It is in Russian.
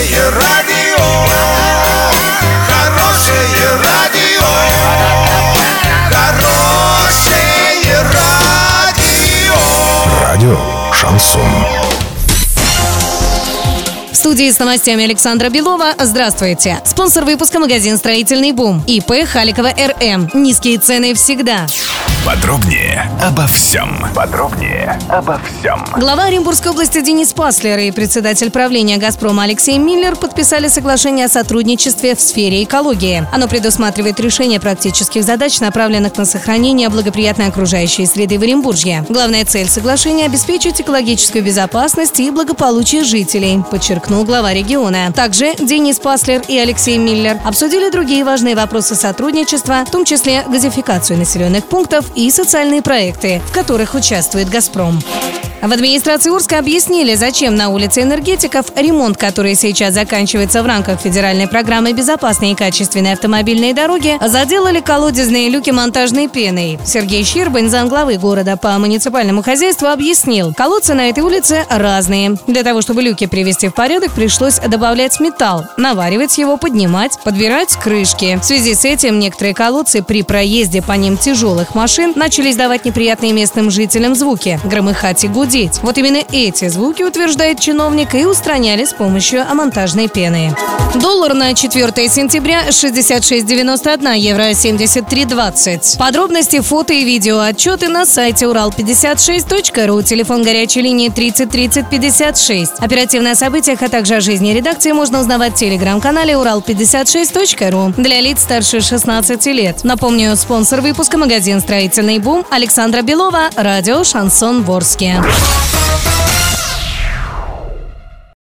Хорошее радио, хорошее радио, хорошее радио. Радио «Шансон». В студии с новостями Александра Белова. Здравствуйте. Спонсор выпуска — магазин «Строительный бум». ИП Халикова РМ. Низкие цены всегда. Подробнее обо всем. Глава Оренбургской области Денис Паслер и председатель правления «Газпрома» Алексей Миллер подписали соглашение о сотрудничестве в сфере экологии. Оно предусматривает решение практических задач, направленных на сохранение благоприятной окружающей среды в Оренбурге. Главная цель соглашения — обеспечить экологическую безопасность и благополучие жителей, подчеркнул глава региона. Также Денис Паслер и Алексей Миллер обсудили другие важные вопросы сотрудничества, в том числе газификацию населенных пунктов и социальные проекты, в которых участвует «Газпром». В администрации Орска объяснили, зачем на улице Энергетиков ремонт, который сейчас заканчивается в рамках федеральной программы «Безопасные и качественные автомобильные дороги», заделали колодезные люки монтажной пеной. Сергей Щербань, замглавы города по муниципальному хозяйству, объяснил, колодцы на этой улице разные. Для того, чтобы люки привести в порядок, пришлось добавлять металл, наваривать его, поднимать, подбирать крышки. В связи с этим некоторые колодцы при проезде по ним тяжелых машин начали издавать неприятные местным жителям звуки – громыхать и гудеть. Вот именно эти звуки, утверждает чиновник, и устраняли с помощью монтажной пены. Доллар на 4 сентября 66,91, евро 73,20. Подробности, фото и видео отчеты на сайте урал56.ру, телефон горячей линии 30 30 56. Оперативно о событиях, а также о жизни редакции можно узнавать в телеграм-канале урал56.ру для лиц старше 16 лет. Напомню, спонсор выпуска — магазин «Строительный бум», Александра Белова, радио «Шансон» в Орске.